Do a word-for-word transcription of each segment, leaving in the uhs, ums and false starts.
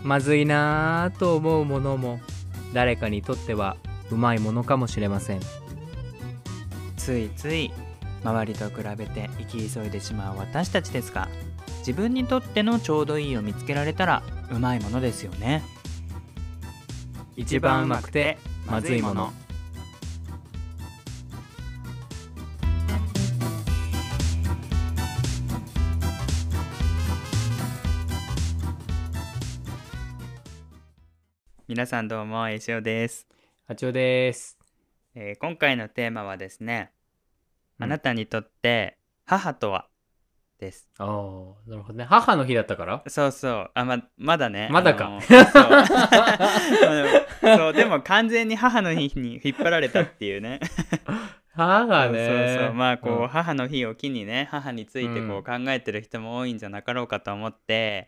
まずいなぁと思うものも誰かにとってはうまいものかもしれません。 ついつい周りと比べて生き急いでしまう私たちですが、自分にとってのちょうどいいを見つけられたらうまいものですよね。 一番うまくてまずいもの。 皆さんどうも、えしおです。 あちおです、 えー今回のテーマはですね、 うんあなたにとって母とはです。 あーなるほどね。母の日だったからそうそう、あ、ま、まだね。 まだかあのそうあのそう、でも完全に母の日に引っ張られたっていうね。 母がね。 そうそうそう、まあこう、 うん母の日を機にね、母についてこう考えてる人も多いんじゃなかろうかと思って、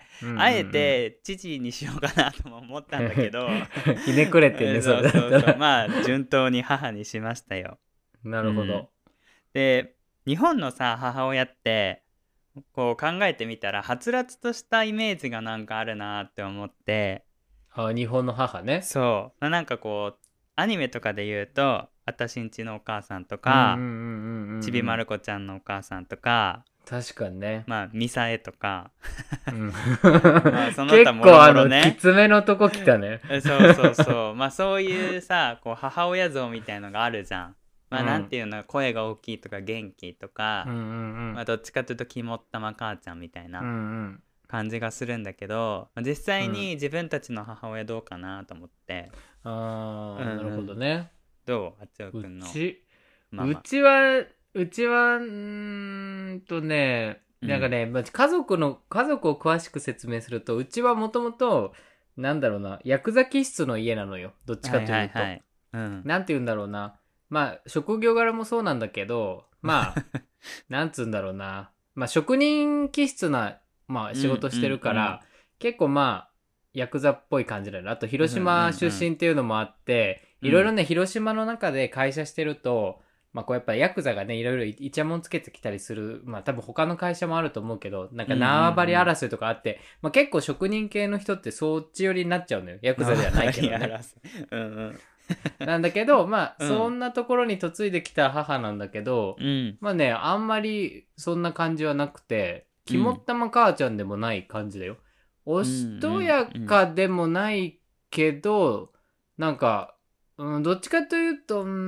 うんうんうんあえて父にしようかなとも思ったんだけどひねくれてね、そそうれだったら。 そうそう、まあ順当に母にしましたよ。 なるほど。 うん、で、日本のさ母親ってこう考えてみたらはつらつとしたイメージがなんかあるなって思って、 あ、日本の母ね。 そう、まあなんかこうアニメとかで言うと「あたしんちのお母さん」とうんうんかうんうんうん 「ちびまる子ちゃんのお母さん」とか、 確かにね。 まあミサエとかうんまあその結他もろ構あの、 もろねきつめのとこ来たね。 えそうそうそう、まあそういうさこう母親像みたいのがあるじゃん。まあうんなんていうの、声が大きいとか元気とか、 うんうんまあどっちかというと肝っ玉母ちゃんみたいうん。うなんうん。 感じがするんだけど、まあ実際に自分たちの母親どうかなと思って、 ああ、 うんうんなるほどね。 どうあつようくんのち、うママ。 ちは、うちは、うーんとね、なんかね、まあ家族の、家族を詳しく説明すると、うちはもともと、なんだろうな、ヤクザ気質の家なのよ。どっちかというと。 はいはいはい。うん。 なんて言うんだろうな。まあ、職業柄もそうなんだけど、まあ、なんつうんだろうな。まあ、職人気質な、まあ、仕事してるから、 うんうんうん、 結構まあ、ヤクザっぽい感じだよね。あと、広島出身っていうのもあって、 うんうんうん、 いろいろね、広島の中で会社してると、まあ、こうやっぱヤクザがね、いろいろイチャモンつけてきたりする、まあ、多分他の会社もあると思うけど、なんか縄張り争いとかあって、うんうんうん、まあ、結構職人系の人ってそっち寄りになっちゃうのよ。ヤクザではないけどね。 うんうんなんだけど、まあ、 うん、 そんなところに嫁いできた母なんだけど、 うん、 まあね、あんまりそんな感じはなくて、肝っ玉母ちゃんでもない感じだよ。おしとやかでもないけど、なんか、うん、どっちかというと、うん、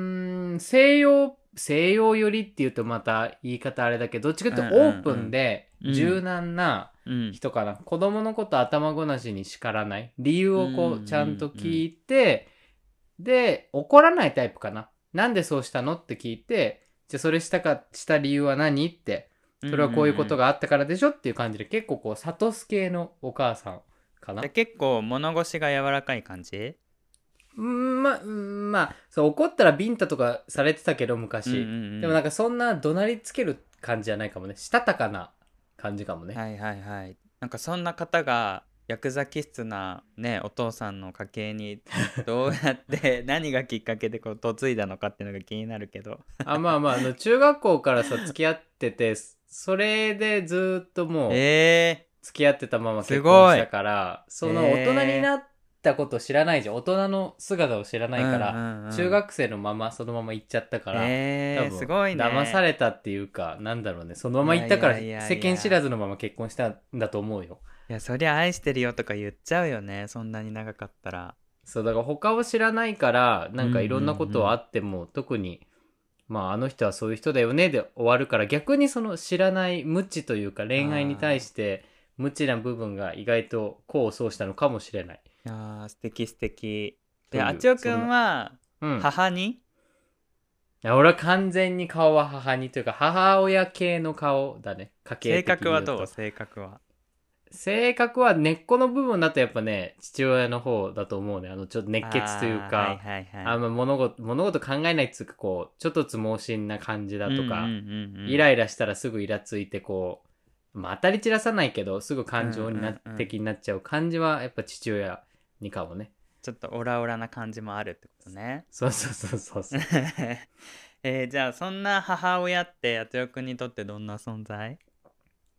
西洋、西洋寄りって言うとまた言い方あれだけど、どっちかというとオープンで柔軟な人かな。うんうん、子供のこと頭ごなしに叱らない。理由をこう、ちゃんと聞いて、で、怒らないタイプかな。なんでそうしたのって聞いて、じゃあそれしたか、した理由は何って、それはこういうことがあったからでしょっていう感じで、結構こう、サトス系のお母さんかな。 結構物腰が柔らかい感じ？ んま、んまあ、そう、怒ったらビンタとかされてたけど、昔。うんうんうん、でもなんかそんな怒鳴りつける感じじゃないかもね。したたかな感じかもね。 はいはいはい。なんかそんな方が、ヤクザ気質なねお父さんの家系にどうやって何がきっかけでこう嫁いだのかっていうのが気になるけどあまあまああの中学校からさ付き合っててそれでずっともう付き合ってたまま結婚したから、えー、その大人になったこと知らないじゃん、大人の姿を知らないから、うんうんうん、中学生のままそのまま行っちゃったから、 えー、多分すごいね、 騙されたっていうかなんだろうね、そのまま行ったから世間知らずのまま結婚したんだと思うよ。 いやそりゃ愛してるよとか言っちゃうよね、そんなに長かったら。 そうだから他を知らないからなんかいろんなことはあっても、うんうんうん、特にまああの人はそういう人だよねで終わるから、逆にその知らない無知というか恋愛に対して無知な部分が意外と功を奏したのかもしれない。 あー素敵素敵。であちおくんは母に、うん、いや俺は完全に顔は母にというか母親系の顔だね。家系的に言うと。性格はどう？性格は性格は根っこの部分だとやっぱね父親の方だと思うね。あのちょっと熱血というか、あ、はいはいはい、あんま物事物事考えないっつうか、こうちょっとつ盲信な感じだとか、うんうんうんうん、イライラしたらすぐイラついてこう、まあ、当たり散らさないけどすぐ感情にな、うんうんうん、的になっちゃう感じはやっぱ父親にかもね。 ちょっとオラオラな感じもあるってことね。 そうそうそうそうそうえー、じゃあそんな母親ってやつよくんにとってどんな存在？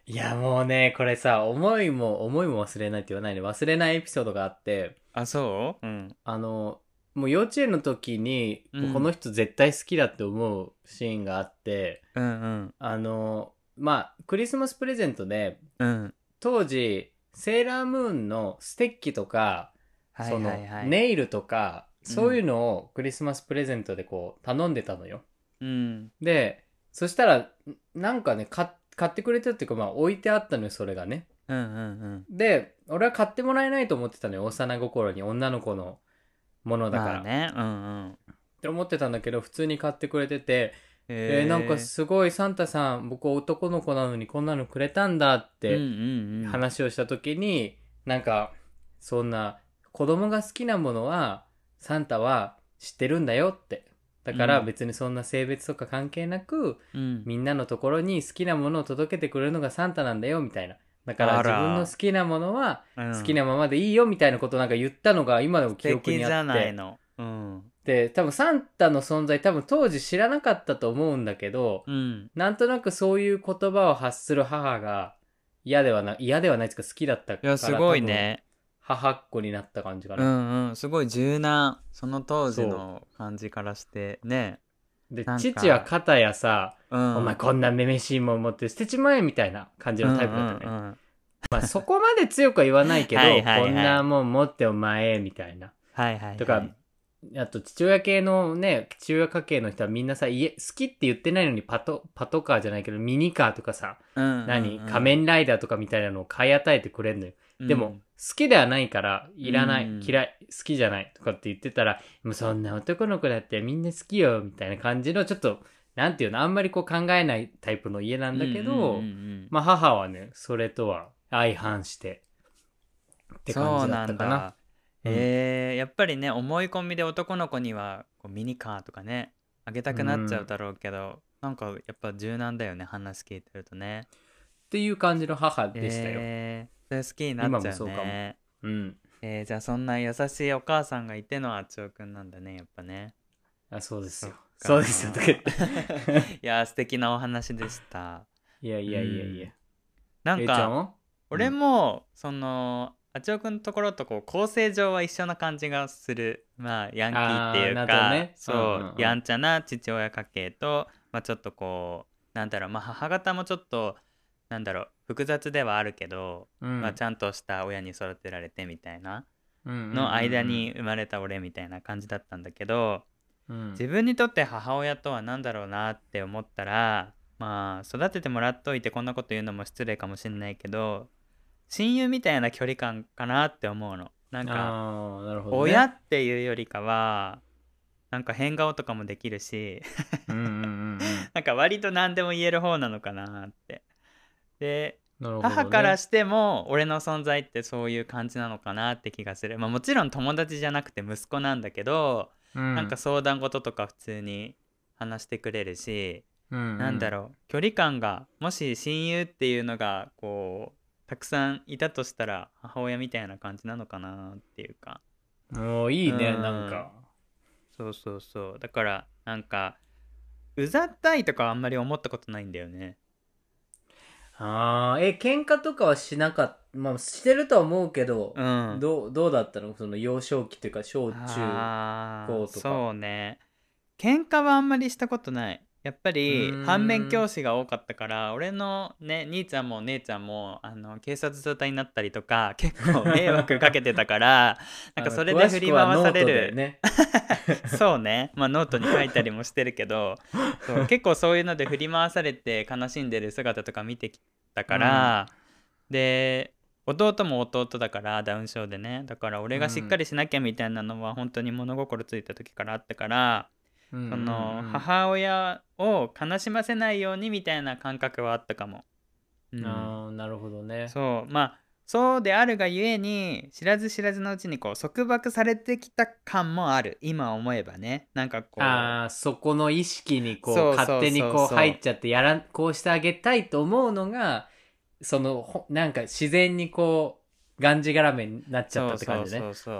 いやもうね、これさ、思いも思いも忘れないって言わないで、忘れないエピソードがあって、 あ、そううんあの、もう幼稚園の時に、 うんこの人絶対好きだって思うシーンがあって、 うんうんあの、まあ、クリスマスプレゼントで、 うん当時、セーラームーンのステッキとか、 はいその、 はいはいネイルとか、 うんそういうのをクリスマスプレゼントでこう、頼んでたのよ。 うんで、そしたら、なんかね、買買ってくれたっていうか、まあ、置いてあったのよ、それがね。 うんうんで、俺は買ってもらえないと思ってたのよ、幼心に、女の子のものだから。 まあねうんうんって思ってたんだけど、普通に買ってくれてて、えー、なんかへえすごいサンタさん、僕男の子なのにこんなのくれたんだっうんうてんうん話をした時に、なんか、そんな、子供が好きなものは、サンタは知ってるんだよって。だから別にそんな性別とか関係なく、 うんみんなのところに好きなものを届けてくれるのがサンタなんだよ、みたいな。だから自あら分の好きなものはうん好きなままでいいよ、みたいなことをなんか言ったのが今でも記素憶にあって。 敵じゃないのうんで、多分サンタの存在多分当時知らなかったと思うんだけど、 うんなんとなくそういう言葉を発する母が嫌ではな、嫌ではないですか、好きだったからいやすごいね母っ子になった感じかうな。 んうんすごい柔軟その当時の感じからしてねで、 なんか父は片やさ、 うんお前こんなめめしいもん持って捨てちまえみたいな感じのタイプだったね。 うんうんうんまあそこまで強くは言わないけど、 はいはいはいこんなもん持ってお前みたいな。 はいはいはいとか、あと父親系のね、父親家系の人はみんなさ、家、好きって言ってないのにパト、パトカーじゃないけど、ミニカーとかさ、 うんうんうん何仮面ライダーとかみたいなのを買い与えてくれんのよ。でも、好きではないから、いらない、 うん嫌い、好きじゃないとかって言ってたら、もうそんな男の子だってみんな好きよ、みたいな感じの、ちょっと、なんていうの、あんまりこう考えないタイプの家なんだけど、 うんうんうんうんまあ母はね、それとは相反して、って感じだったかな。 そうなんだえー、やっぱりね思い込みで男の子にはこうミニカーとかねあげたくなっちゃうだろうけど、なんかやっぱ柔軟だよね話聞いてるとねっていう感じの母でしたよ。 えー、それ好きになっちゃうね今もそうかもうん。 えー、じゃあそんな優しいお母さんがいてのあちおくんなんだねやっぱねあ、そうですよ。 そっかそうですよ。とか言っていやー素敵なお話でしたいやいやいやいや。 なんえいちゃんかは俺もそのあちおくんのところとこう構成上は一緒な感じがするまあヤンキーっていうあーなるほどか、 ねそう、 うんうんうんやんちゃな父親家系と、まあ、ちょっとこうなんだろうまあ母方もちょっとなんだろう複雑ではあるけど、 うんまあ、ちゃんとした親に育てられてみたいなうんうんうんうんの間に生まれた俺みたいな感じだったんだけど、 うん自分にとって母親とは何だろうなって思ったらまあ育ててもらっといてこんなこと言うのも失礼かもしれないけど親友みたいな距離感かなって思うのなんかああなるほど、ね、 親っていうよりかはなんか変顔とかもできるしうんうんうんうんなんか割と何でも言える方なのかなってでなるほど、ね、 母からしても俺の存在ってそういう感じなのかなって気がするまあもちろん友達じゃなくて息子なんだけど、 うん、 なんか相談事とか普通に話してくれるし、 うんうん、 なんだろう距離感がもし親友っていうのがこうたくさんいたとしたら母親みたいな感じなのかなっていうかもういいね、 うんなんかそうそうそうだからなんかうざったいとかはあんまり思ったことないんだよねあーえ喧嘩とかはしなかったまあしてるとは思うけど、 うんどうどうだったのその幼少期というか小中あー高とかそうね喧嘩はあんまりしたことないやっぱりうーん反面教師が多かったから俺のね兄ちゃんも姉ちゃんもあの警察沙汰になったりとか結構迷惑かけてたからなんかそれで振り回される、 ね、 そうねまあノートに書いたりもしてるけどそう結構そういうので振り回されて悲しんでる姿とか見てきたから、うん、で弟も弟だからダウン症でねだから俺がしっかりしなきゃみたいなのは本当に物心ついた時からあったから、うん、その母親を悲しませないようにみたいな感覚はあったかも、 うん、ああなるほどねそうまあそうであるがゆえに知らず知らずのうちにこう束縛されてきた感もある今思えばねなんかこうあそこの意識にこう勝手にこう入っちゃってやらこうしてあげたいと思うのがそのなんか自然にこうがんじがらめになっちゃったって感じねそうそうそうそう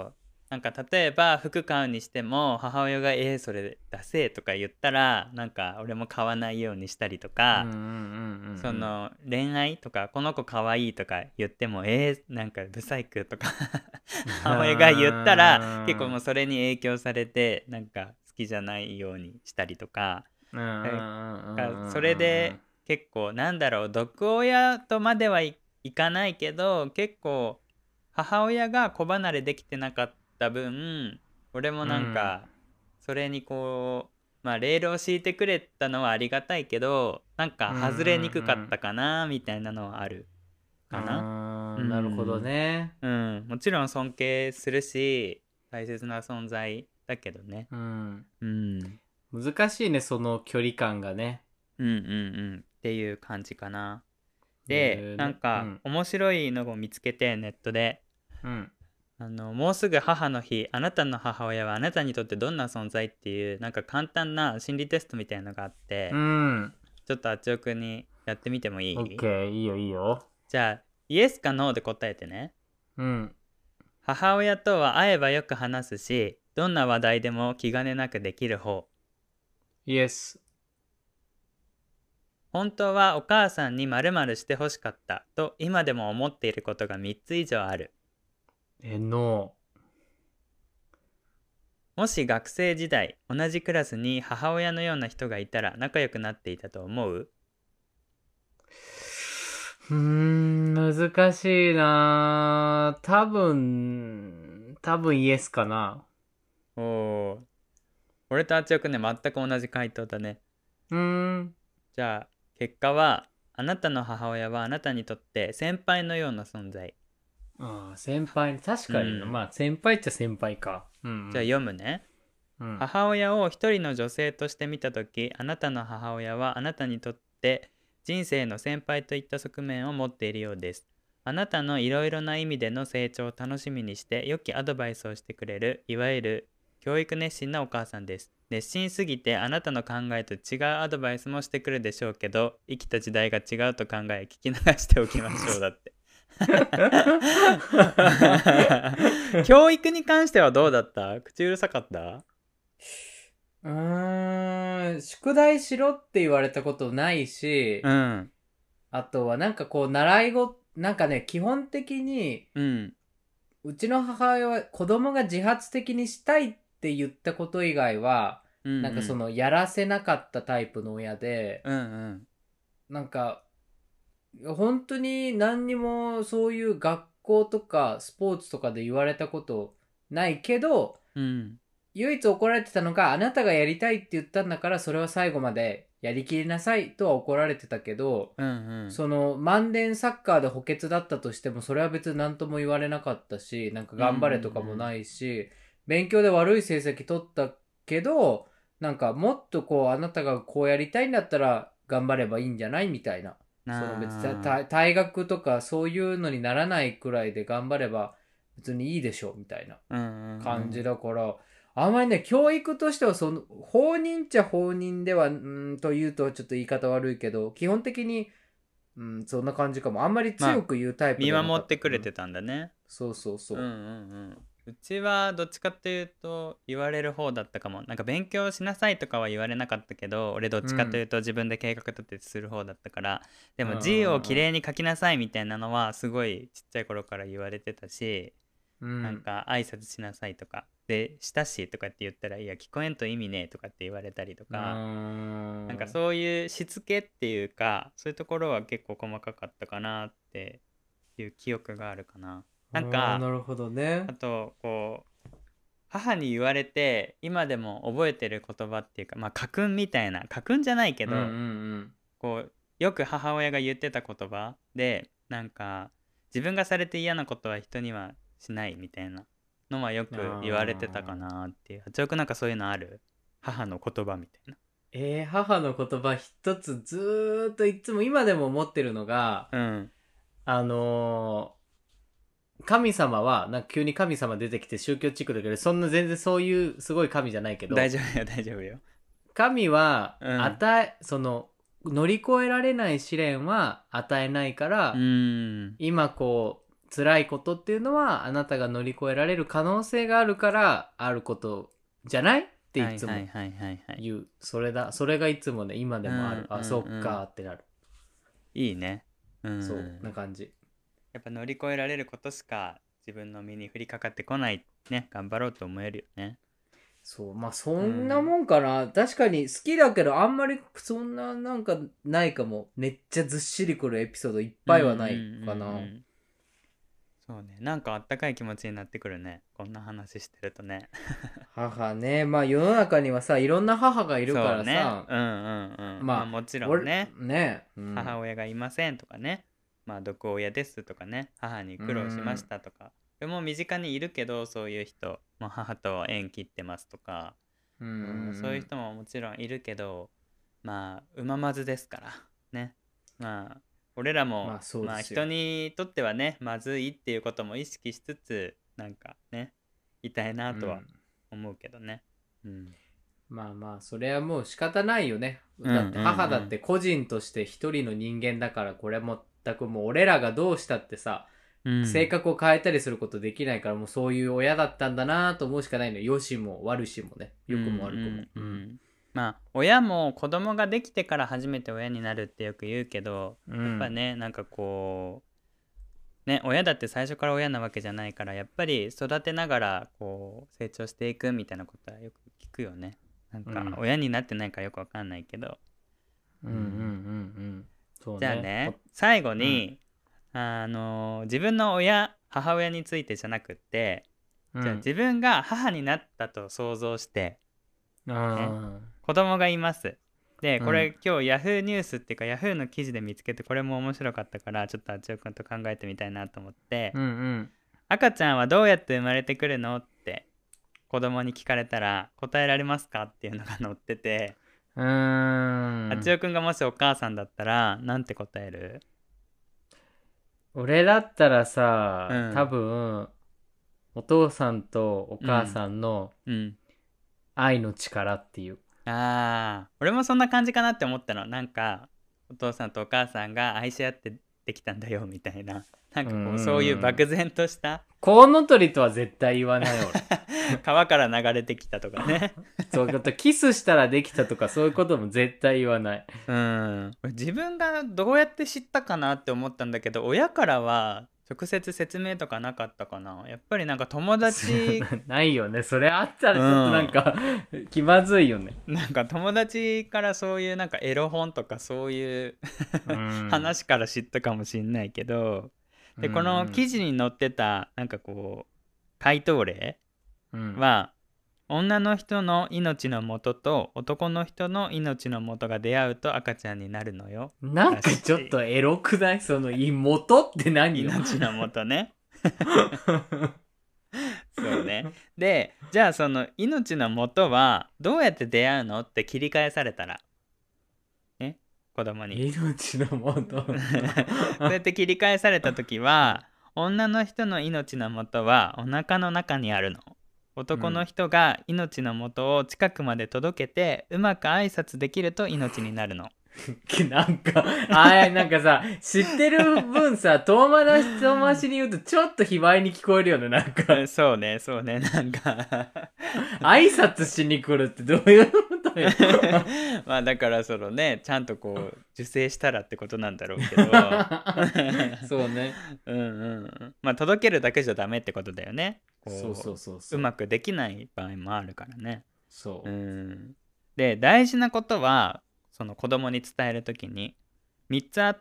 なんか例えば服買うにしても母親が「えー、それ出せ」とか言ったらなんか俺も買わないようにしたりとか、 うんうんうんうんその恋愛とかこの子かわいいとか言ってもえー、なんかブサイクとかうん。 母親が言ったら結構もうあそれに影響されてなんか好きじゃないようにしたりとか、 ーうんうんえうんかうんそれで結構なんだろう毒親とまではい、いかないけど結構母親が子離れできてなかった分俺もなんうんうんかそれにこうまあレールを敷いてくれたのはありがたいけどなんかうんうん外れにくかっうんたかなみたいなのはあるかな。 あうーなるほどん、 ね。 うん、もちろん尊敬するし大切な存在だけどね。 うん。 うん、 難しいね、その距離感がね。 うんうんうんっていう感じかな。でえー、 なんかなうん。 面白いのを見つけてネットでうん。 あのもうすぐ母の日あなたの母親はあなたにとってどんな存在っていうなんか簡単な心理テストみたいなのがあっうてん。 ちょっとあっちおくんにやってみてもいい？ オッケー、いいよいいよ。 じゃあイエスかノーで答えてね。 うん。 母親とは会えばよく話すしどんな話題でも気兼ねなくできる方。 イエス。 本当はお母さんに〇〇してほしかったと今でも思っていることがみっつ以上ある。 え、ノもし学生時代同じクラスに母親のような人がいたら仲良くなっていたと思う？ ー。うーん、難しいなー。多分、多分イエスかな。 おおー、俺とあっちおくんね全く同じ回答だね。 うーん。 じゃあ結果はあなたの母親はあなたにとって先輩のような存在。 ああ、先輩、確かにな。 うん。 まあ、先輩っちゃ先輩か。うんじゃあ読むね。 うん。うん。 母親を一人の女性として見たとき、あなたの母親はあなたにとって人生の先輩といった側面を持っているようです。あなたのいろいろな意味での成長を楽しみにして良きアドバイスをしてくれる、いわゆる教育熱心なお母さんです。熱心すぎてあなたの考えと違うアドバイスもしてくるでしょうけど、生きた時代が違うと考え聞き流しておきましょうだって。教育に関してはどうだった？口うるさかった？ うーん、宿題しろって言われたことないし、 うん。 あとはなんかこう、習い事、なんかね、基本的に、 うん。 うちの母親は子供が自発的にしたいって言ったこと以外は、 うんうんなんかその、やらせなかったタイプの親で、 うんうんなんか、本当に何にもそういう学校とかスポーツとかで言われたことないけど、 うん唯一怒られてたのが、あなたがやりたいって言ったんだから、それは最後までやりきりなさいとは怒られてたけど、 うんうんその、万年サッカーで補欠だったとしても、それは別に何とも言われなかったし、なんかうんうん頑張れとかもないし、勉強で悪い成績取ったけど、なんかもっとこう、あなたがこうやりたいんだったら、頑張ればいいんじゃないみたいな。その別になあ退学とかそういうのにならないくらいで頑張れば別にいいでしょみたいなうんうんう感じんだから、あんまりね、教育としてはその、放任っちゃ放任では、うーん、というとちょっと言い方悪いけど、基本的に、うん、そんな感じかも。あんまりまあ強く言うタイプ見ではなかった。 守ってくうん、 れてたんだね。 そうそうそう。 うんうんうんうちはどっちかっていうと言われる方だったかも。なんか勉強しなさいとかは言われなかったけど俺どっちかといううん。 と自分で計画立ててする方だったから。でうんうも字をきんれいに書きなさいみたいなのはすごいちっちゃい頃から言われてたし、 うん。うん。 なんか挨拶しなさいとかでしたしとかって言ったらいや聞こえんと意味ねえとかって言われたりとうーか、なんかん。 そういうしつけっていうかそういうところは結構細かかったかなっていう記憶があるかな。 あなんー、 かなるほどね。 あとこう母に言われて今でも覚えてる言葉っていうかまあ家訓みたいな家訓じゃないけうんうんうどん。 こうよく母親が言ってた言葉でなんか自分がされて嫌なことは人にはしないみたいなのはよく言われてたかあなっていう。あちおくなんかそういうのある？母の言葉みたいな。 ー。えー、母の言葉一つずーっといつも今でも思ってるのが、 うんあのー神様は、なんか急に神様出てきて宗教チックだけど、そんな全然そういうすごい神じゃないけど、 大丈夫よ大丈夫よ。 神は、 うん与え、その、乗り越えられない試練は与えないかうら、 ーん今こう、 辛いことっていうのはあなたが乗り越えられる可能性があるからあることじゃないっていつもはいはいはいはい。 言う。それだ。それがいつもね、今でもある。あ、 うんうんそっかうん。 ーってなる。 いいね。うそう、 ん。 な感じ。 やっぱ乗り越えられることしか自分の身に降りかかってこないね。頑張ろうと思えるよね。 そう、まあそうん。 んなもんかな。確かに好きだけど、あんまりそんななんかないかも。めっちゃずっしりくるエピソードいっうんうんぱいはないうんかな。 うん。そうね。なんかあったかい気持ちになってくるね。こんな話してるとね。 母ね、まあ世の中にはさ、いろんな母がいるかそうね。 らさ、 うんうんうん。まあまあ、 もちろん俺、 ね。 ね、うん。 母親がいませんとかね。まあ毒親ですとかね。母にう苦労しましん。 たとか。でも身近にいるけど、そういう人。もう母と縁切ってますとか。 うんうんううん、そういうん。 人ももちろんいるけど、まあうままずですからね。まあ俺らもまあそうまあですよ。 人にとってはね、まずいっていうことも意識しつつ、なんかね、いたいなとはうん。 思うけどね。うん、 まあまあ、それはもう仕方ないよね。 うんうだって母だっんて個人として一人の人間だから、これも全くもう俺らがどうしたってさ、 うんう性ん格を変えたりすることできないから、もうそういう親だったんだなと思うしかないのよ。良しも悪しもね。 うんう良くも悪くも。 んううん。 ん。まあ親も子供ができてから初めて親になるってよく言うけど、やっぱうん。 ね、なんかこうね、親だって最初から親なわけじゃないから、やっぱり育てながらこう成長していくみたいなことはよく聞くよね。なんかうん。 親になってないからよくわかんないけど。 うんうんうんううん。 ん。そうじゃあね。こね、最後うん。 に、あの自分の親、母親についてじゃなくって、じゃあうん。 自分が母になったと想像して、ね、 あ子供がいます。で、 あ。うん。 これ今日ヤフーニュースっていうかヤフーの記事で見つけて、これも面白かったから、ちょっとあちおくんと考えてみたいなと思って、 うんうん。 赤ちゃんはどうやって生まれてくるのって子供に聞かれたら答えられますかっていうのが載ってて、 うーん。 あちおくんがもしお母さんだったらなんて答える？ 俺だったらさ、多うん。 分、お父さんとお母うん。 さんのうん。 愛の力っていう。 ああ、俺もそんな感じかなって思ったの。なんか、お父さんとお母さんが愛し合ってできたんだよみたいな。なんうんうんかこう、そういううん。 漠然としたコウノトリとは絶対言わない俺。 川から流れてきたとかね。 そう、あとキスしたらできたとかそういうことも絶対言わない。 うん。自分がどうやって知ったかなって思ったんだけど、親からは直接説明とかなかったかな。やっぱりなんか友達、 ないよね。それあったうらちょっとなんん。 か気まずいよね。 なんか友達からそういうなんかエロ本とかそういううん。 話から知ったかもしんないけど、 うんうで、この記ん。 事に載ってたなんかこう、回答例うん。 は、女の人の命の元と男の人の命の元が出会うと赤ちゃんになるのよ。 なんからしい。 ちょっとエロくないその妹って何よ。 命の元ね。そうね。で、じゃあその命の元はどうやって出会うのって切り返されたら、ね、子供に。 命のもと。 そうやって切り返された時は、女の人の命の元はお腹の中にあるの。男のうん。 人が命の元を近くまで届けてうまく挨拶できると命になるの。 なんか、あれ、なんかさ、知ってる分さ、遠回し遠回しに言うとちょっと卑猥に聞こえるよね、なんか。 うん、そうね、そうね、なんか挨拶しに来るってどういうことよ。 まあだからそのね、ちゃんとこう受精したらってことなんだろうけどそうね。 うんうんうん、まあ届けるだけじゃダメってことだよね。 そうそこうそうそう。 ううまくできない場合もあるからね。うそん。で、大事なことはその子供に伝えるときにみっつあって、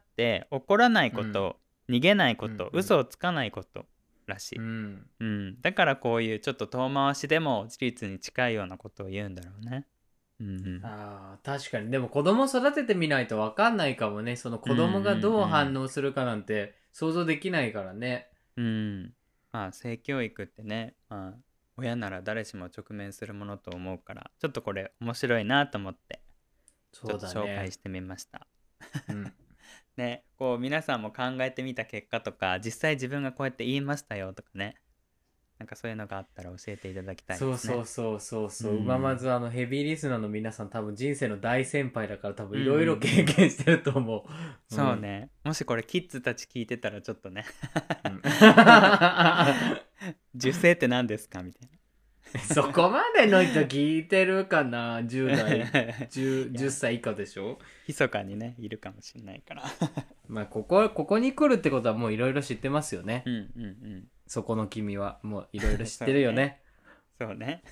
怒らないう。うん。 こと、逃げないこと、 うんうん。 嘘をつかないことらしい。 うん。 うん、だからこういうちょっと遠回しでも事実に近いようなことを言うんだろうね。うんうんああ、確かに。でも子供育ててみないとわかんないかもね。そのうん子供がどう反うん応するかなんて想像できないからね。 うんうん。まあ性教育ってね、まあ、親なら誰しも直面するものと思うから、ちょっとこれ面白いなと思ってちょっそうとだね。 紹介してみました。 うん。 ね、こう皆さんも考えてみた結果とか、実際自分がこうやって言いましたよとかね、 なんかそういうのがあったら教えていただきたいそうですね。 そうそうそうそう、 うんままずあのヘビーリスナーの皆さん多分人生の大先輩だから多分いうんうんうんろいろ経験してると思う。 そうね。もしこれキッズたち聞いてたらちょっとねうん。 受精って何ですかみたいそこまでの人聞いてるかな？ じゅうな。 代、 い 10、10 や、 歳以下でしょ？ 密かにね、いるかもしれないから。 まあ、ここ、ここに来るってことはもういろいろ知ってますよね。 うんうんうん。 そこの君は。もういろいろ知ってるよね。 そうね。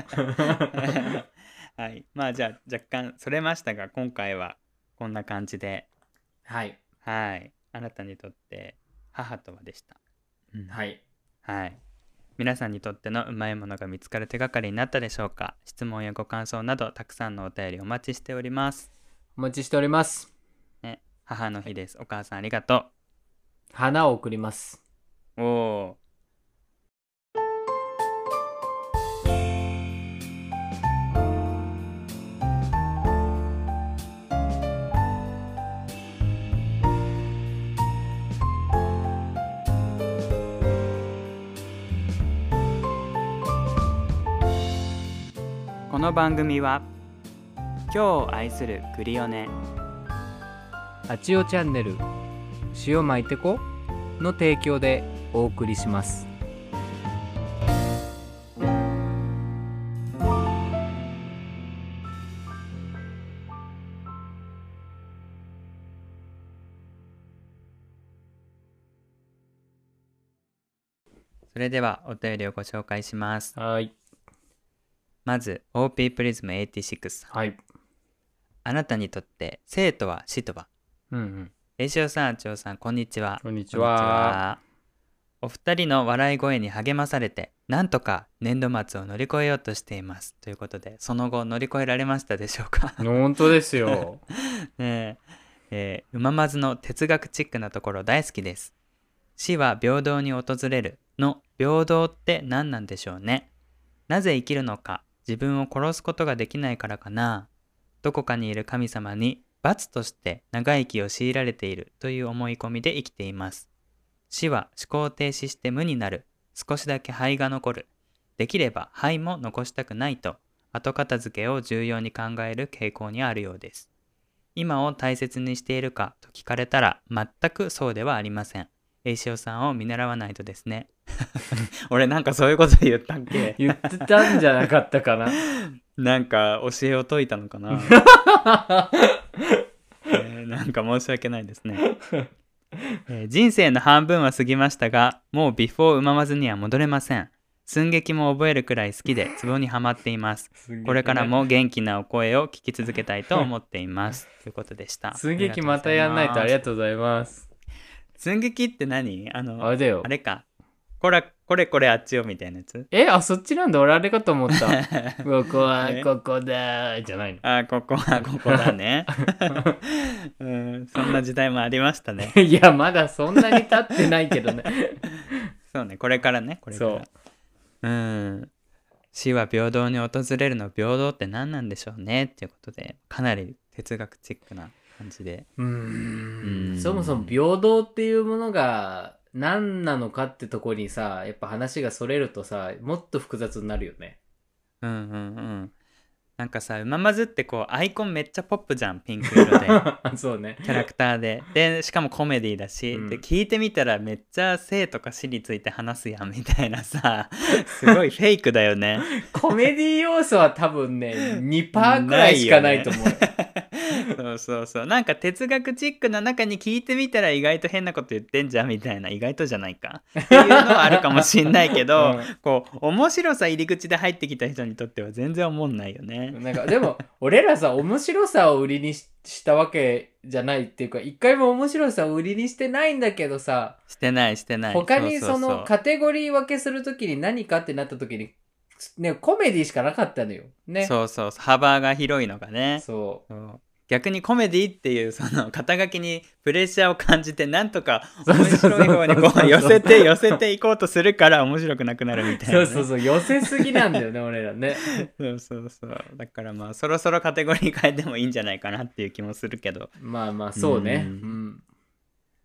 はい。まあじゃあ若干それましたが、今回はこんな感じで、 はい。 はい。あなたにとって母とはでした。うん、 はい。 はい。皆さんにとってのうまいものが見つかる手がかりになったでしょうか。質問やご感想などたくさんのお便りお待ちしております。 お待ちしております。 ね、母の日です。お母さんありがと花を送ります。 う。おー。この番組は今日を愛するクリオネ、 あちおチャンネル塩巻いてこの提供でお送りします。 それではお便りをご紹介します。 はい。 まず オーピー プリズムはちじゅうろくさん、 はい。 あなたにとって生とは死とは。 うんうん。 えいしおさん、あちおさん、こんにちは。 こんにちは。 お二人の笑い声に励まされて、なんとか年度末を乗り越えようとしています。ということで、その後乗り越えられましたでしょうか？ 本当ですよ。 ねえ、えー、うままずの哲学チックなところ大好きです。死は平等に訪れるの平等って何なんでしょうね。なぜ生きるのか、自分を殺すことができないからかな。どこかにいる神様に罰として長生きを強いられているという思い込みで生きています。死は思考停止して無になる。少しだけ灰が残る。できれば灰も残したくないと、後片付けを重要に考える傾向にあるようです。今を大切にしているかと聞かれたら全くそうではありません。えいしおさんを見習わないとですね。俺なんかそういうこと言ったっけ？ 言ってたんじゃなかったかな。 なんか教えを解いたのかな、えー、なんか申し訳ないですね。えー、人生の半分は過ぎましたが、もうビフォーうままずには戻れません。寸劇も覚えるくらい好きでツボにはまっています。ね、これからも元気なお声を聞き続けたいと思っています。ということでした。 寸劇またやんないと。ありがとうございます。 寸劇って何？あの、 あれだよ。 あれか。これ、これこれあっちよみたいなやつ？ え、あ、そっちなんだ。俺あれかと思った。ここはここだじゃないの。 あ、ここはここだね。うん、そんな時代もありましたね。 いや、まだそんなに経ってないけどね。 そうね、これからね、これから。そう。うん。死は平等に訪れるの平等って何なんでしょうねっていうことで、かなり哲学チックな感じで。 うーん。そもそも平等っていうものが何なのかってとこにさ、やっぱ話がそれるとさ、もっと複雑になるよね。 うんうんうん。なんかさ、うままずってこうアイコンめっちゃポップじゃん、ピンク色で。 そうね。 キャラクターで。で、しかもコメディだし、うん、で、聞いてみたらめっちゃ性とか死について話すやんみたいなさ、すごいフェイクだよね。 コメディ要素は多分ね、にパーセントくらいしかないと思う。 そうそうそう。なんか哲学チックな中に聞いてみたら意外と変なこと言ってんじゃんみたいな、意外とじゃないかっていうのはあるかもしんないけど、うん、こう面白さ入り口で入ってきた人にとっては全然思んないよね。 なんかでも俺らさ、面白さを売りに し, したわけじゃないっていうか、一回も面白さを売りにしてないんだけどさ、 してないしてない。 他にそのカテゴリー分けするときに何かってなったときにね、コメディしかなかったのよね。 そうそうそう、幅が広いのがね。 そう。 そう逆にコメディっていうその肩書きにプレッシャーを感じてなんとか面白い方にこう寄せて寄せていこうとするから面白くなくなるみたいな、ね、 そうそうそう、寄せすぎなんだよね俺らね。 そうそうそうだからまあそろそろカテゴリー変えてもいいんじゃないかなっていう気もするけど、 まあまあそうね。うん、うん、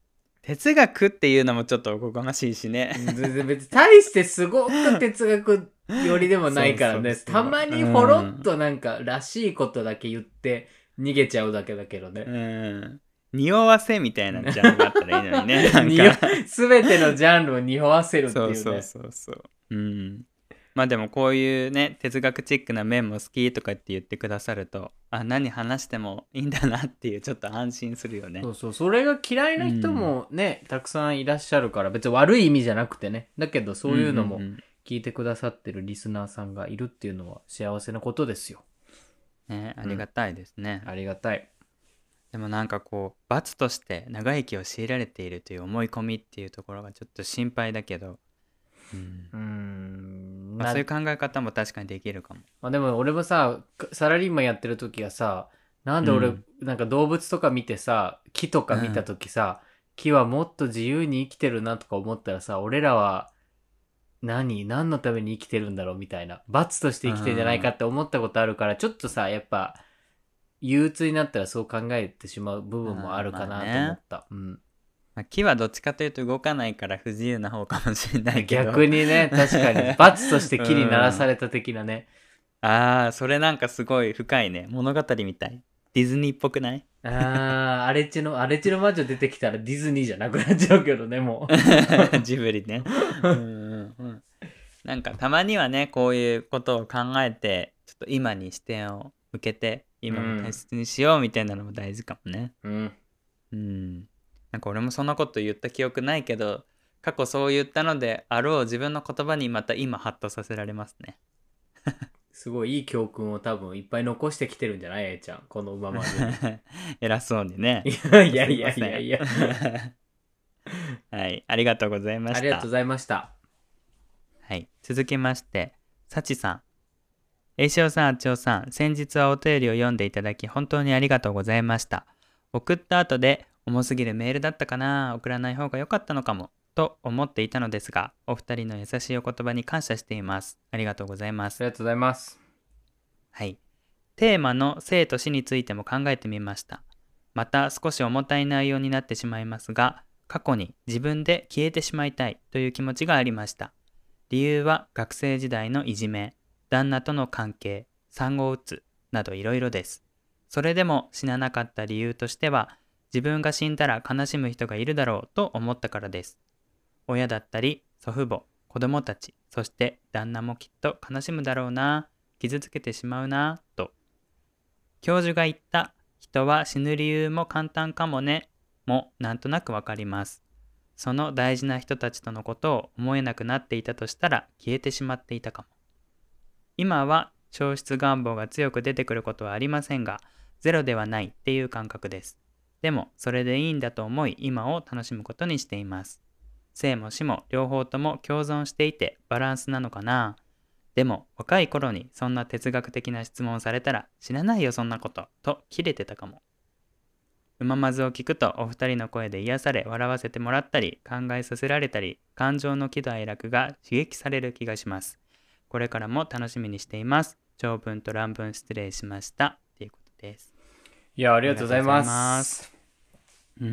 哲学っていうのもちょっとおこがましいしね。 全然別に大してすごく哲学よりでもないからね。 そうそうそうたまにほろっとなんからしいことだけ言って逃げちゃうだけだけどうね。 ん。匂わせみたいなジャンルがあったらいいのにね。なん匂かすべてのジャンルを匂わせるっていうね。 そうそうそうそう。うん。まあでもこういうね、哲学チックな面も好きとかって言ってくださると、あ、何話してもいいんだなっていうちょっと安心するよね。 そうそう、それが嫌いな人もね、たくさんいらっしゃるから、別に悪い意味じゃなくてね。だけどそういうのもんんん聞いてくださってるリスナーさんがいるっていうのは幸せなことですよ。 ね、ありがたいですね。 ありがたい。 でもなんかこう罰として長生きを強いられているという思い込みっていうところがちょっと心配だけど、うんうーん。 まあ、 なそういう考え方も確かにできるかも。 まあ、でも俺もさ、サラリーマンやってる時はさ、なんで俺、 うんなんか動物とか見てさ、木とか見た時さ、木はもっと自由に生きてるなとか思ったらさ、俺らは何何のために生きてるんだろうみたいな。罰として生きてんじゃないかって思ったことあるから、ちょっとさ、やっぱ、憂鬱になったらそう考えてしまう部分もあるかなと思った。うん。 まあ、木はどっちかというと動かないから不自由な方かもしれないけど逆にね、確かに。罰として木にならされた的なね。 ああそれなんかすごい深いね、物語みたい。ディズニーっぽくない？ あー、荒地の、荒地の魔女出てきたらディズニーじゃなくなっちゃうけどね、もう。 ジブリねうんうん、うん、なんかたまにはねこういうことを考えてちょっと今に視点を向けて今も大切にしようみたいなのも大事かもね。 うん。 うんなんか俺もそんなこと言った記憶ないけど過去そう言ったのであろう自分の言葉にまた今ハッとさせられますね。 すごいいい教訓を多分いっぱい残してきてるんじゃないAちゃん。この馬まで偉そうにね。 に。いやいやいやいやいや。 はい、ありがとうございました。 ありがとうございました。 はい、続きまして、さちさん。えいしおさん、あちおさん、先日はお便りを読んでいただき本当にありがとうございました。送った後で重すぎるメールだったかな、送らない方が良かったのかも、と思っていたのですが、お二人の優しいお言葉に感謝しています。ありがとうございます。 ありがとうございます。 はい。テーマの生と死についても考えてみました。また少し重たい内容になってしまいますが、過去に自分で消えてしまいたいという気持ちがありました。理由は学生時代のいじめ、旦那との関係、産後うつなどいろいろです。それでも死ななかった理由としては、自分が死んだら悲しむ人がいるだろうと思ったからです。親だったり祖父母、子供たち、そして旦那もきっと悲しむだろうな、傷つけてしまうな、と。教授が言った人は死ぬ理由も簡単かもね、もなんとなくわかります。その大事な人たちとのことを思えなくなっていたとしたら消えてしまっていたかも。今は消失願望が強く出てくることはありませんが、ゼロではないっていう感覚です。でもそれでいいんだと思い今を楽しむことにしています。生も死も両方とも共存していてバランスなのかな。でも若い頃にそんな哲学的な質問をされたら知らないよそんなこととキレてたかも。うままずを聞くとお二人の声で癒され笑わせてもらったり考えさせられたり感情の喜怒哀楽が刺激される気がします。これからも楽しみにしています。長文と乱文失礼しましたということです。 いや、ありがとうございます。 うん。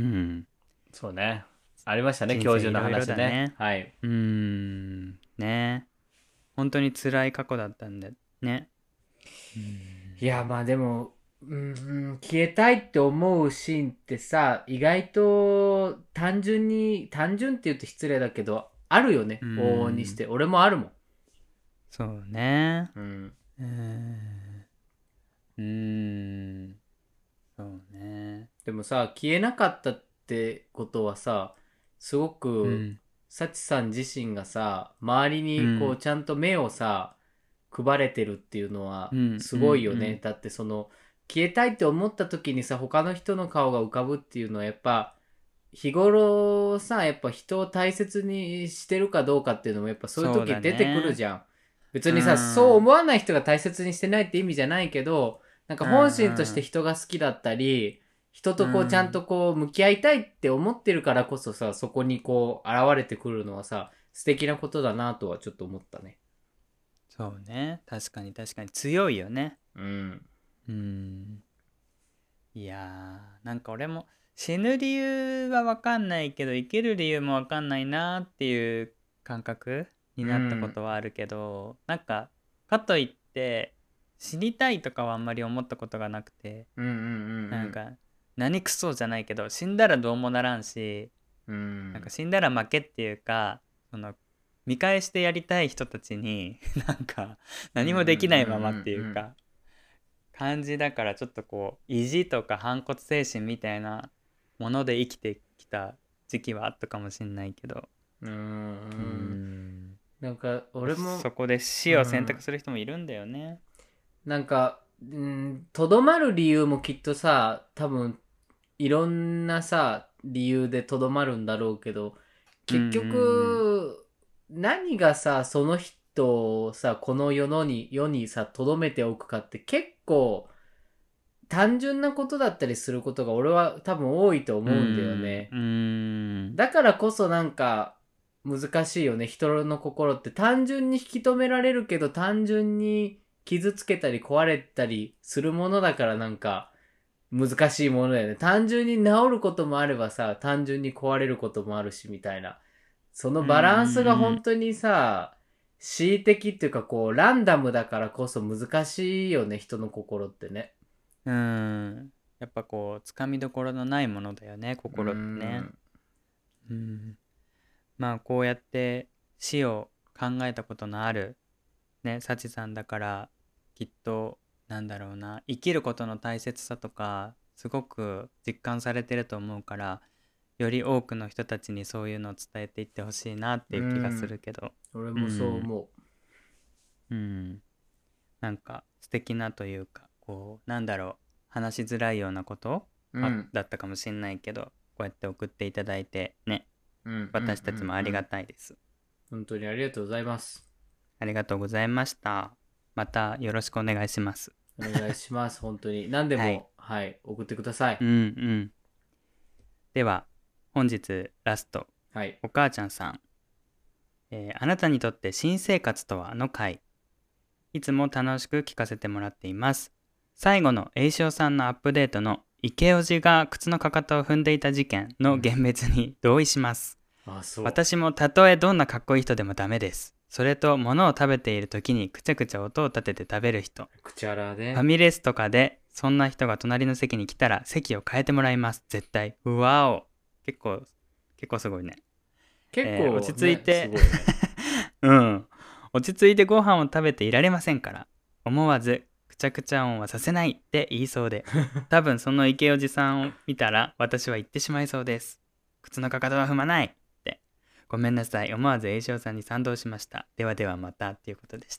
そうね。ありましたね、 人生教授の話いろいろだね。 ねはい。 うーん。ね。本当に辛い過去だったんでね。 いや、まあでも、うん、うん消えたいって思うシーンってさ、意外と単純に、単純って言うと失礼だけど、あるよね、 うん往々にして。俺もあるもん。 そうね。 うん。 うーん。うーん。そうね。 でもさ、消えなかったってことはさ、すごうく、 ん。 サチさん自身がさ、周りにこうんう、ちゃんと目をさ、配れてるっていうのはう、ん。 すごいよね。 うん。 だってその、消えたいって思った時にさ、他の人の顔が浮かぶっていうのはやっぱ、日頃さ、やっぱ人を大切にしてるかどうかっていうのもやっぱそういうそうだ時出てくるね。 じゃん。別うにさ、そうん。 思わない人が大切にしてないって意味じゃないけど、なんかう本心としてん。 人が好きだったり、人うとこうちゃんとん。 こう向き合いたいって思ってるからこそさ、そこにこう現れてくるのはさ、素敵なことだなとはちょっと思ったね。 そうね。確かに確かに強いよね。 うん。 うん。いやー、なんか俺も死ぬ理由は分かんないけど生きる理由も分かんないなっていう感覚になったことはあるけど、なんかかといって死にたいとかはあんまり思ったことがなくて、 うんうんうんうん。 なんか何クソじゃないけど死んだらどうもならんし、 うなんかん。 死んだら負けっていうか、その見返してやりたい人たちになんかうんうん何もできないままっていうんうんうか感じだから、ちょっとこう意地とか反骨精神みたいなもので生きてきた時期はあったかもしんないけど、 うん。うーうーん。 んなんか俺も、 そこで死を選択うん。 する人もいるんだよね。 なんか、うん、とどまる理由もきっとさ、多分いろんなさ、理由でとどまるんだろうけど、 うんう結ん局、何がさ、その人をさ、この世のに、世にさ、とどめておくかって結構単純なことだったりすることが俺は多分多いとうん。う思うんだよね。 ーんうーんだからこそなんか難しいよね。人の心って単純に引き止められるけど単純に傷つけたり壊れたりするものだからなんか難しいものだよね。単純に治ることもあればさ、単純に壊れることもあるしみたいな。そのうんバランスがうん本当にさ、恣意的っていうかこうランダムだからこそ難しいよね、人の心ってね。 うん。うーんやっぱこうつかみどころのないものだよね、 うー心ってね。 ん。 うん。まあこうやって死を考えたことのあるね、幸さんだから、きっとなんだろうな、生きることの大切さとかすごく実感されてると思うから、より多くの人たちにそういうのを伝えていってほしいなっうーていう気がするん。 けど。 俺もそううん。 思うん。なんか素敵なというか、こうなんだろう、話しづらいようなことう。うかん。 だったかもしれないけど、こうやって送っていただいてね、 うんうん私たちもありがうんうん。 たいです。 本当にありがとうございます。 ありがとうございました。またよろしくお願いします。 お願いします。本当に。何ではい。 も、はい、送ってください。 うんうん。では、本日ラスト、 はい。 お母ちゃんさん、えーあなたにとって新生活とはの回、いつも楽しく聞かせてもらっています。最後の栄翔さんのアップデートの池オジが靴のかかとを踏んでいた事件のうん。 幻滅に同意します。 あ、そ私もたとえどんなかっこいい人でもダメです。それと物を食べている時にくちゃくちゃ音を立てて食べる人。 う。口荒ファで。 ミレスとかでそんな人が隣の席に来たら席を変えてもらいます。絶対。うわお。結構、結構すごいね。 結えー落構ね、すち着いてごいね。 うん。落ち着いてご飯を食べていられませんから。思わず、くちゃくちゃ音はさせないって言いそうで。多分その池おじさんを見たら私は言ってしまいそうです。靴のかかとは踏まないって。ごめんなさい。思わず栄翔さんに賛同しました。ではではまたっていうことでした。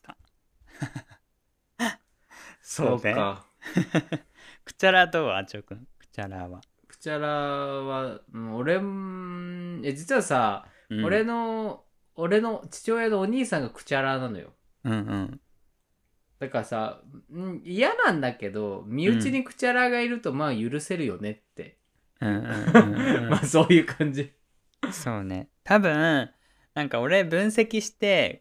そそうね。 うか。 くちゃらどうあちょくん。くちゃらは。 口荒は、うん、俺も、え、実はさ、俺うん。 の、俺の父親のお兄さんが口荒なのよ。 うんうん。 だからさ、うん、嫌なんだけど、身うん。 内に口荒がいるとまあ許せるよねって。 うんうんうんうん。 まあそういう感じ。 そうね。多分、なんか俺分析して、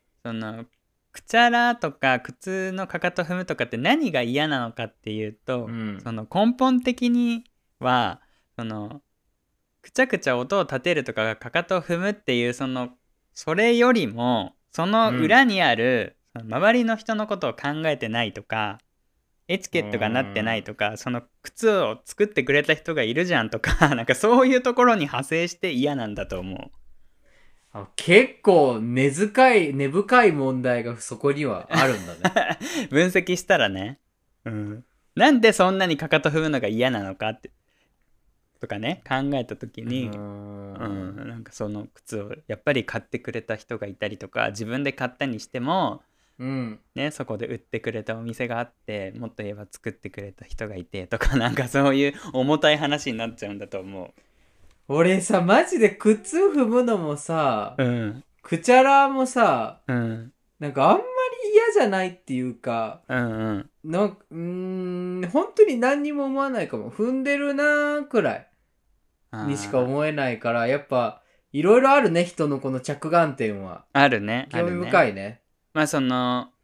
その、くちゃらとか靴のかかと踏むとかって何が嫌なのかっていうと、 うん。 その根本的には、その、くちゃくちゃ音を立てるとかかかとを踏むっていう、その、それよりも、そのうん。 裏にある、その周りの人のことを考えてないとか、エチうケットがなってないん。 とか、その靴を作ってくれた人がいるじゃんとか、なんかそういうところに派生して嫌なんだと思う。 あ、結構根深い、根深い問題がそこにはあるんだね。 分析したらね、うん、なんでそんなにかかと踏むのが嫌なのかってとかね考えた時うーに、うん、 ん。 なんかその靴をやっぱり買ってくれた人がいたりとか、自分で買ったにしても、 うん。 ね、そこで売ってくれたお店があって、もっと言えば作ってくれた人がいてとか、なんかそういう重たい話になっちゃうんだと思俺さ、マジで靴踏むのもさ、 う。うんくちゃらもさ、 うんなんかあんまり嫌じゃないっていうか、 うんうんなんか、うーん、本当に何にも思わないかも。踏んでるなーくらいにしかあ思えないから、やっぱ、いろいろあるね、人のこの着眼点は。 ーあるねあ興味るね。 深いね。 まあその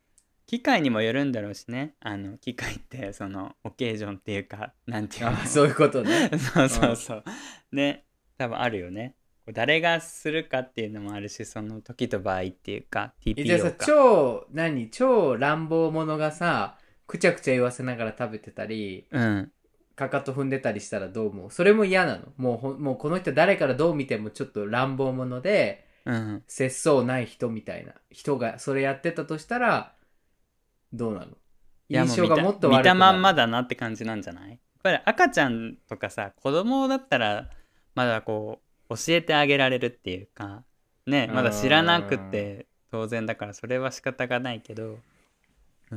機械にもよるんだろうしね。あの機械ってそのオケージョンっていうか、なんていうの。 あ、そういうことね。 そうそうそう。ね、多分あるよね。こう誰がするかっていうのもあるし、その時と場合っていうか、 えじゃあティーピーオーさ、 か。 超、何、超乱暴者がさ、くちゃくちゃ言わせながら食べてたり、 うん。 かかと踏んでたりしたらどう思う？それも嫌なの？もうほん、もうこの人誰からどう見てもちょっと乱暴者で、 うん。 節操ない人みたいな人がそれやってたとしたら、どうなの？ いやも印う見た象がもっと悪くなる。 見たまんまだなって感じなんじゃない？やっぱり赤ちゃんとかさ、子供だったらまだこう教えてあげられるっていうかね、まだ知らなくて当然だからそれは仕方がないけど、うん、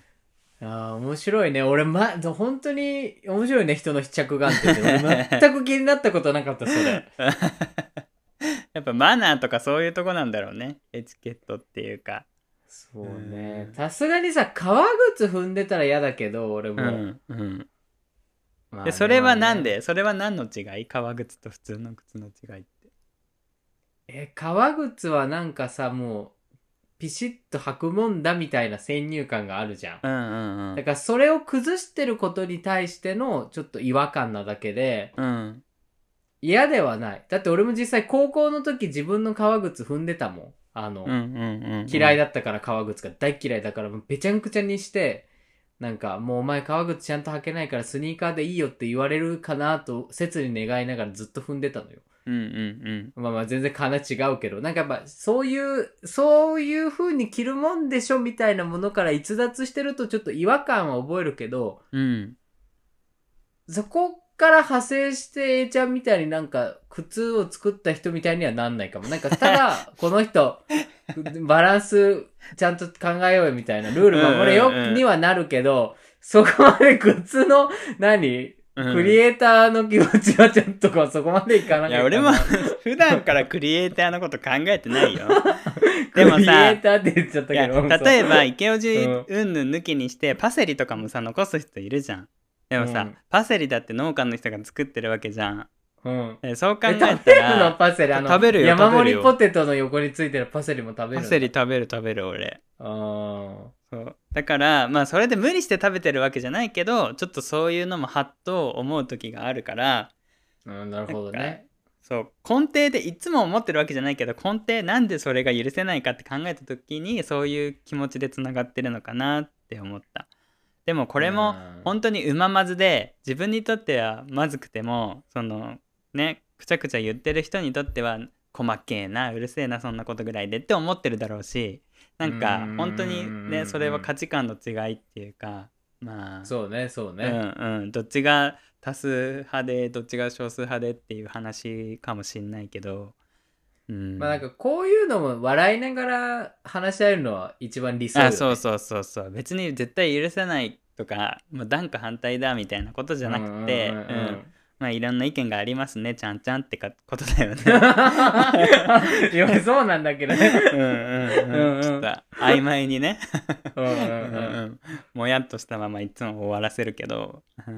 ああ、面白いね。俺、ま、本当に面白いね、人の試着眼ってね。俺全く気になったことなかった、それ。 やっぱマナーとかそういうとこなんだろうね、エチケットっていうか。 そうねう。んさすがにさ、革靴踏んでたら嫌だけど、俺も。 うんうん。 まあねでそれはまあねなんで、それは何の違い？革靴と普通の靴の違いって。 え、革靴はなんかさ、もう、ピシッと履くもんだみたいな先入観があるじゃん。 うんうんうんだからそれを崩してることに対してのちょっと違和感なだけで、 うん嫌ではない。だって俺も実際高校の時自分の革靴踏んでたもん。あの、 うんうんうんうん。 嫌いだったから革靴が大っ嫌いだからもうべちゃんくちゃにして、なんかもうお前革靴ちゃんと履けないからスニーカーでいいよって言われるかなと切に願いながらずっと踏んでたのよ。 うんうんまあまあ全然話違うけど、なんかやっぱそういう、そういう風に着るもんでしょみたいなものから逸脱してるとちょっと違和感は覚えるけど、 うんうんそこから派生して A ちゃんみたいになんか靴を作った人みたいにはなんないかも。なんかただ、この人、バランスちゃんと考えようよみたいな、ルール守れよにはなるけど、そこまで靴の、何うんクリエイターの気持ちはちょっとこうそこまでいかなかったな。 いや俺も普段からクリエイターのこと考えてないよ。でもクリエさ、 イターって言っちゃったいやけど。 例えば池オジうんうんぬん抜きにしてパセリとかもさ残す人いるじゃん。でもさ、 うんパセリだって農家の人が作ってるわけじゃん。 うん。 えそう考ええた食べるのらパセリ。あの、 食べるよ山食べるよ盛りポテトの横についてるパセリも食べるのパセリ食べる食べる俺。 あーそうだからまあそれで無理して食べてるわけじゃないけど、ちょっとそういうのもはっと思う時があるから。 うん、なるほどね。 そう根底でいつも思ってるわけじゃないけど、根底なんでそれが許せないかって考えた時にそういう気持ちでつながってるのかなって思った。でもこれもうん本当にうままずで、自分にとってはまずくてもそのねくちゃくちゃ言ってる人にとっては細けえな、うるせえなそんなことぐらいでって思ってるだろうし、なんか本当にねそれは価値観の違いっていうか、まあそうね、そううね。 んうんどっちが多数派でどっちが少数派でっていう話かもしんないけど、うん、 まあなんかこういうのも笑いながら話し合えるのは一番理想よ、ね。 あそうそうそうそう別に絶対許せないとかもう断固反対だみたいなことじゃなくて、 うんうんうんうんうんまあいろんな意見がありますねちゃんちゃんってかことだよね。 いや、そうなんだけどね。 うんうんうん、 うんうんちょっと曖昧にねうんうんうんうんうんもやっとしたままいつも終わらせるけど、うんうん、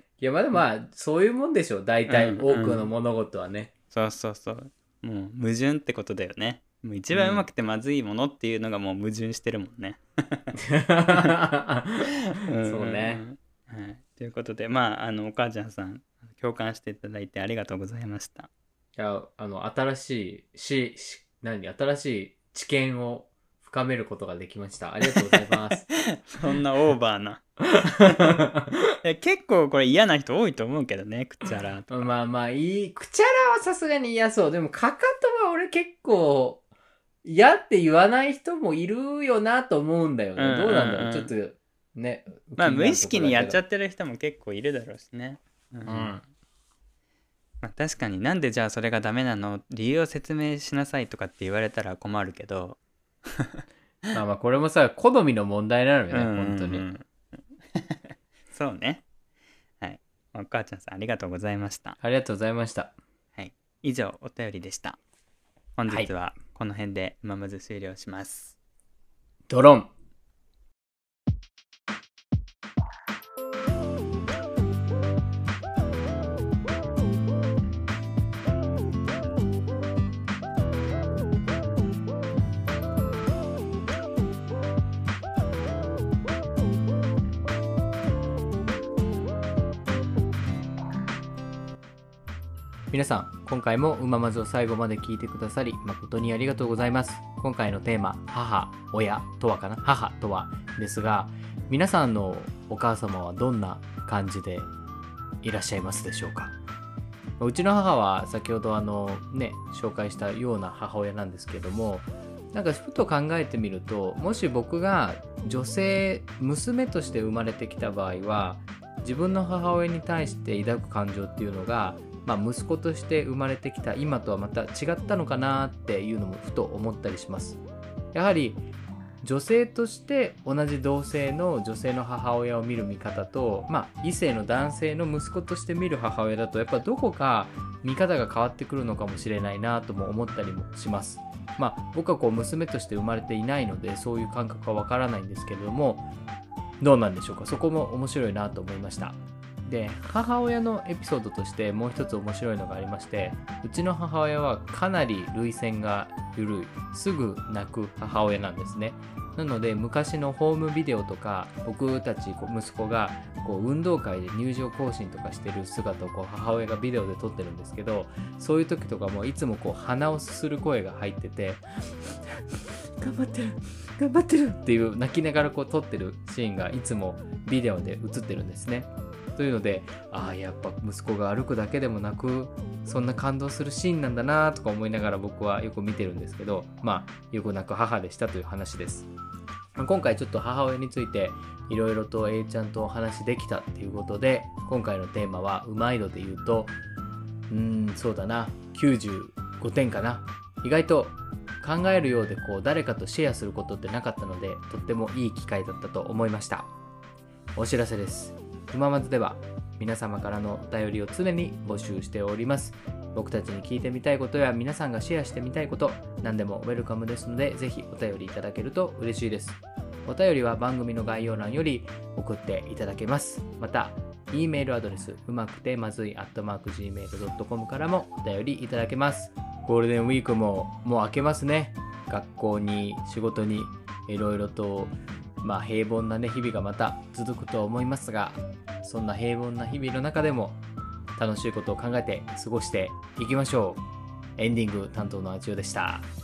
いや、まだまあ、そういうもんでしょ。大体、 うん多くの物事はね。 そうそうそうもう矛盾ってことだよね。もう一番うまくてまずいものっていうのがもう矛盾してるもんね。 そうね。 はい、ということでまああのお母ちゃんさん共感していただいてありがとうございました。 いや、あの、新しい、し、し、何、新しい知見を深めることができました。ありがとうございます。 そんなオーバーな。え結構これ嫌な人多いと思うけどね、くちゃらとか。 まあまあ、いい。くちゃらはさすがに嫌そう。でも、かかとは俺結構、嫌って言わない人もいるよなと思うんだよね。 うんうんうんどうなんだろう。ちょっと、ね。 まあ無意識にやっちゃっってる人も結構いるだろうしね。うんうん。 まあ、確かになんでじゃあそれがダメなの理由を説明しなさいとかって言われたら困るけどまあまあ、これもさ、好みの問題なのよね、 うんうんうん本当に。 そうね。はい。お母ちゃんさんありがとうございました。 ありがとうございました。 はい。以上お便りでした。本日はこの辺でままず終了します。 ドロン。 皆さん、今回もうままずを最後まで聞いてくださり誠にありがとうございます。今回のテーマ、母、親とはかな母とはですが、皆さんのお母様はどんな感じでいらっしゃいますでしょうか。うちの母は先ほどあのね紹介したような母親なんですけども、なんかふと考えてみると、もし僕が女性娘として生まれてきた場合は、自分の母親に対して抱く感情っていうのが、まあ、息子として生まれてきた今とはまた違ったのかなっていうのもふと思ったりします。やはり女性として同じ同性の女性の母親を見る見方と、まあ、異性の男性の息子として見る母親だと、やっぱどこか見方が変わってくるのかもしれないなとも思ったりもします。まあ、僕はこう娘として生まれていないのでそういう感覚はわからないんですけれども、どうなんでしょうか。そこも面白いなと思いました。で、母親のエピソードとしてもう一つ面白いのがありまして、うちの母親はかなり涙腺が緩い、すぐ泣く母親なんですね。なので昔のホームビデオとか、僕たちこう息子がこう運動会で入場行進とかしてる姿をこう母親がビデオで撮ってるんですけど、そういう時とかもいつもこう鼻をすする声が入ってて頑張ってる頑張ってるっていう泣きながらこう撮ってるシーンがいつもビデオで映ってるんですね。というので、ああやっぱ息子が歩くだけでも泣く、そんな感動するシーンなんだなとか思いながら僕はよく見てるんですけど、まあよく泣く母でしたという話です。今回ちょっと母親についていろいろと A ちゃんとお話できたっていうことで、今回のテーマはうまい度で言うとうーんそうだなきゅうじゅうごてんかな。意外と考えるようでこう誰かとシェアすることってなかったので、とってもいい機会だったと思いました。お知らせです。うままずでは皆様からのお便りを常に募集しております。僕たちに聞いてみたいことや皆さんがシェアしてみたいこと、何でもウェルカムですので、ぜひお便りいただけると嬉しいです。お便りは番組の概要欄より送っていただけます。また E メールアドレスうまくてまずい アットマークジーメールドットコム からもお便りいただけます。ゴールデンウィークももう明けますね。学校に仕事にいろいろとまあ平凡なね日々がまた続くとは思いますが、そんな平凡な日々の中でも楽しいことを考えて過ごしていきましょう。エンディング担当のあちおでした。